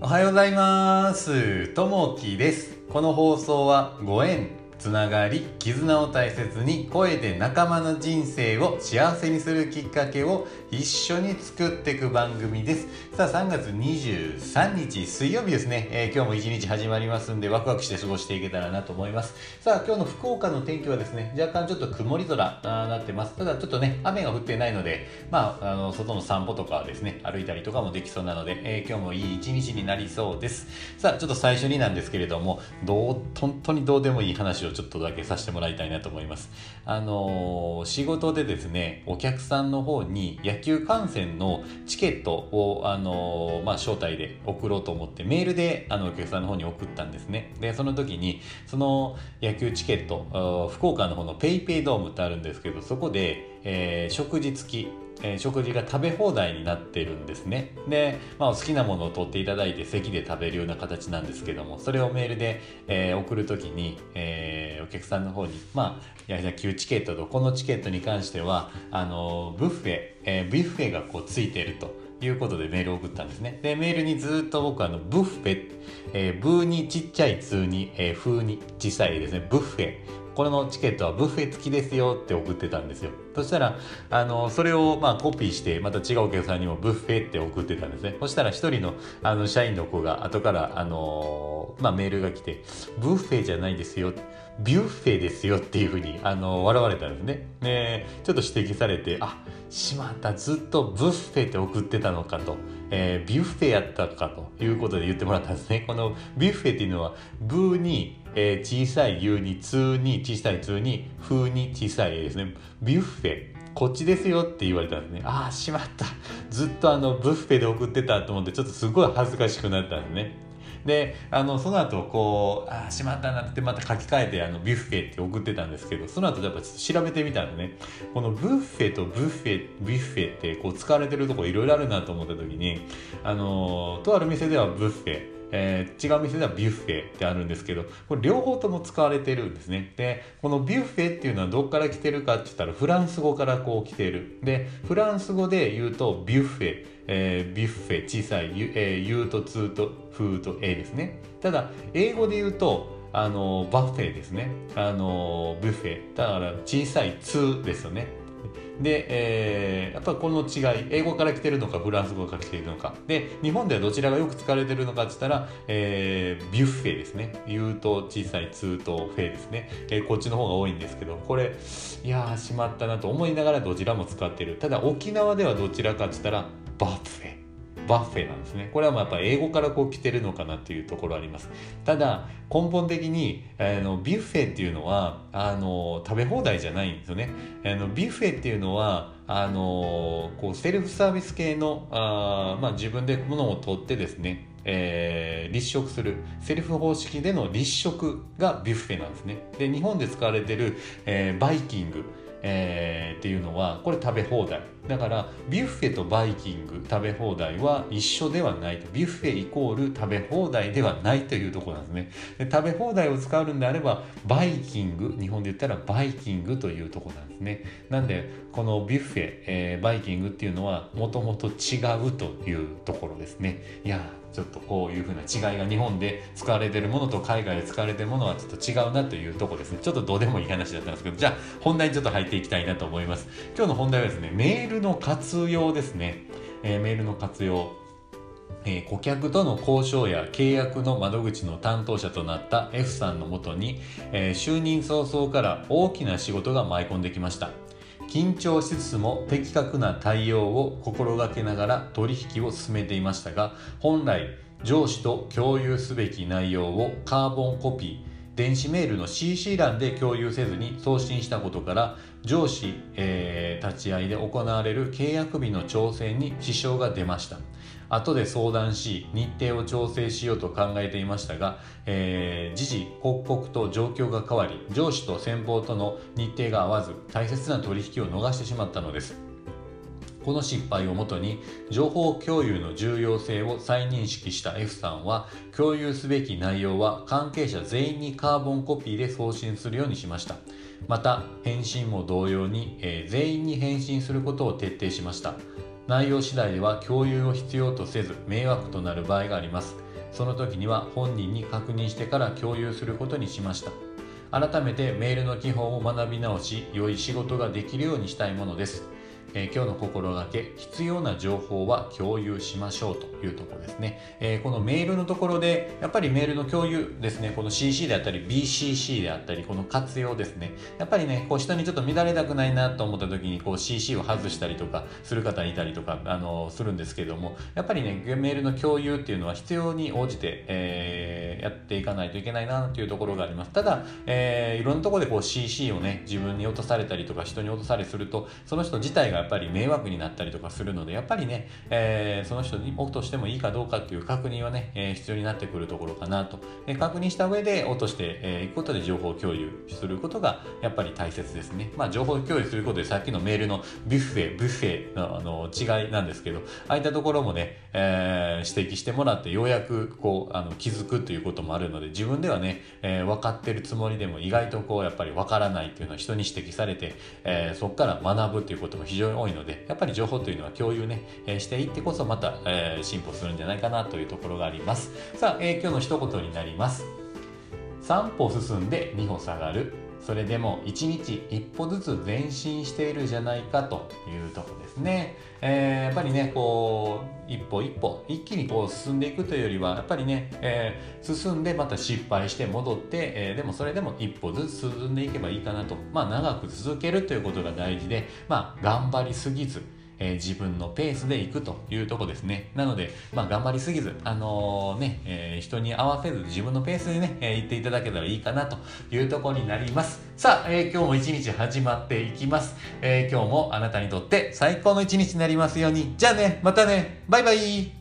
おはようございます。ともきです。この放送はご縁、つながり、絆を大切に声で仲間の人生を幸せにするきっかけを一緒に作っていく番組です。さあ3月23日水曜日ですね、今日も一日始まりますんでワクワクして過ごしていけたらなと思います。さあ今日の福岡の天気はですね、若干ちょっと曇り空なってます。ただちょっとね雨が降ってないので、外の散歩とかはですね歩いたりとかもできそうなので、今日もいい一日になりそうです。さあちょっと最初になんですけれども、本当にどうでもいい話をちょっとだけさせてもらいたいなと思います。仕事でですねお客さんの方に野球観戦のチケットを招待で送ろうと思ってメールでお客さんの方に送ったんですね。でその時にその野球チケット、福岡の方のペイペイドームってあるんですけど、そこで、食事付き食事が食べ放題になってるんですね。で、お好きなものを取っていただいて席で食べるような形なんですけども、それをメールで、送るときに、お客さんの方に野球チケットとこのチケットに関してはビュッフェがこうついているということでメールを送ったんですね。でメールにずっと僕ブッフェ、ブーにちっちゃいツーに、フーに小さいですね、ブッフェ、これのチケットはブッフェ付きですよって送ってたんですよ。そしたらそれをコピーしてまた違うお客さんにもブッフェって送ってたんですね。そしたら一人の社員の子が後からメールが来て、ブッフェじゃないですよ、ビュッフェですよっていうふうに笑われたんですね。でちょっと指摘されて、しまった、ずっとブッフェって送ってたのかと、ビュッフェやったかということで言ってもらったんですね。このビュッフェっていうのはブーに小さい U にツーに小さいツーにフーに小さい A ですね。ビュッフェこっちですよって言われたんですね。しまった、ずっとブッフェで送ってたと思って、ちょっとすごい恥ずかしくなったんですね。でその後しまったなってまた書き換えてビュッフェって送ってたんですけど、その後やっぱちょっと調べてみたんでね、このブッフェとビュッフェってこう使われてるところいろいろあるなと思った時にとある店ではブッフェ、違う店ではビュッフェってあるんですけど、これ両方とも使われてるんですね。でこのビュッフェっていうのはどっから来てるかって言ったらフランス語からこう来てる。でフランス語で言うとビュッフェ、ビュッフェ小さい U と2とフーと A ですね。ただ英語で言うとバッフェですね。ビュッフェだから小さい2ですよね。で、やっぱりこの違い、英語から来てるのかフランス語から来てるのかで、日本ではどちらがよく使われてるのかって言ったら、ビュッフェですね。 U と小さい2とフェですね、こっちの方が多いんですけど、これしまったなと思いながらどちらも使ってる。ただ沖縄ではどちらかって言ったらバッフェなんですね。これはやっぱ英語からこう来てるのかなっていうところあります。ただ根本的にビュッフェっていうのは食べ放題じゃないんですよね。ビュッフェっていうのはこうセルフサービス系の自分で物を取ってですね、立食するセルフ方式での立食がビュッフェなんですね。で日本で使われてる、バイキングっていうのはこれ食べ放題だから、ビュッフェとバイキング食べ放題は一緒ではないと。ビュッフェイコール食べ放題ではないというところなんですね。で食べ放題を使うんであればバイキング、日本で言ったらバイキングというところなんですね。なんでこのビュッフェ、バイキングっていうのはもともと違うというところですね。ちょっとこういう風な違いが日本で使われているものと海外で使われているものはちょっと違うなというところですね。ちょっとどうでもいい話だったんですけど、じゃあ本題にちょっと入っていきたいなと思います。今日の本題はですね、メールの活用ですね。メールの活用、顧客との交渉や契約の窓口の担当者となった F さんのもとに、就任早々から大きな仕事が舞い込んできました。緊張しつつも的確な対応を心がけながら取引を進めていましたが、本来上司と共有すべき内容をカーボンコピー、電子メールの CC 欄で共有せずに送信したことから上司、立ち会いで行われる契約日の調整に支障が出ました。後で相談し日程を調整しようと考えていましたが、時々刻々と状況が変わり、上司と先方との日程が合わず大切な取引を逃してしまったのです。この失敗をもとに情報共有の重要性を再認識した F さんは、共有すべき内容は関係者全員にカーボンコピーで送信するようにしました。また返信も同様に、全員に返信することを徹底しました。内容次第では共有を必要とせず迷惑となる場合があります。 その時には本人に確認してから共有することにしました。改めてメールの基本を学び直し、良い仕事ができるようにしたいものです。今日の心がけ、必要な情報は共有しましょうというところですね。このメールのところでやっぱりメールの共有ですね、この CC であったり BCC であったり、この活用ですね、やっぱりねこう人にちょっと乱れたくないなと思った時にこう CC を外したりとかする方いたりとかするんですけども、やっぱりねメールの共有っていうのは必要に応じて、やっていかないといけないなというところがあります。ただ、いろんなところでこう CC をね自分に落とされたりとか人に落とされすると、その人自体がやっぱり迷惑になったりとかするので、やっぱりね、その人に落としてもいいかどうかっていう確認はね、必要になってくるところかなと、確認した上で落としていくことで情報共有することがやっぱり大切ですね。情報共有することでさっきのメールのブッフェの違いなんですけど、ああいったところもね、指摘してもらってようやくこう気づくということもあるので、自分ではね、分かってるつもりでも意外とこうやっぱり分からないっていうのは人に指摘されて、そこから学ぶっていうことも非常に多いので、やっぱり情報というのは共有ね、していってこそまた、進歩するんじゃないかなというところがあります。さあ、今日の一言になります。3歩進んで2歩下がる。それでも1日1歩ずつ前進しているじゃないかというところですね。やっぱりねこう一歩一歩一気にこう進んでいくというよりは、やっぱりね、進んでまた失敗して戻って、でもそれでも一歩ずつ進んでいけばいいかなと、長く続けるということが大事で、頑張りすぎず自分のペースでいくというところですね。なので、頑張りすぎず、人に合わせず自分のペースでね、行っていただけたらいいかなというところになります。さあ、今日も一日始まっていきます。今日もあなたにとって最高の一日になりますように。じゃあね、またね、バイバイ。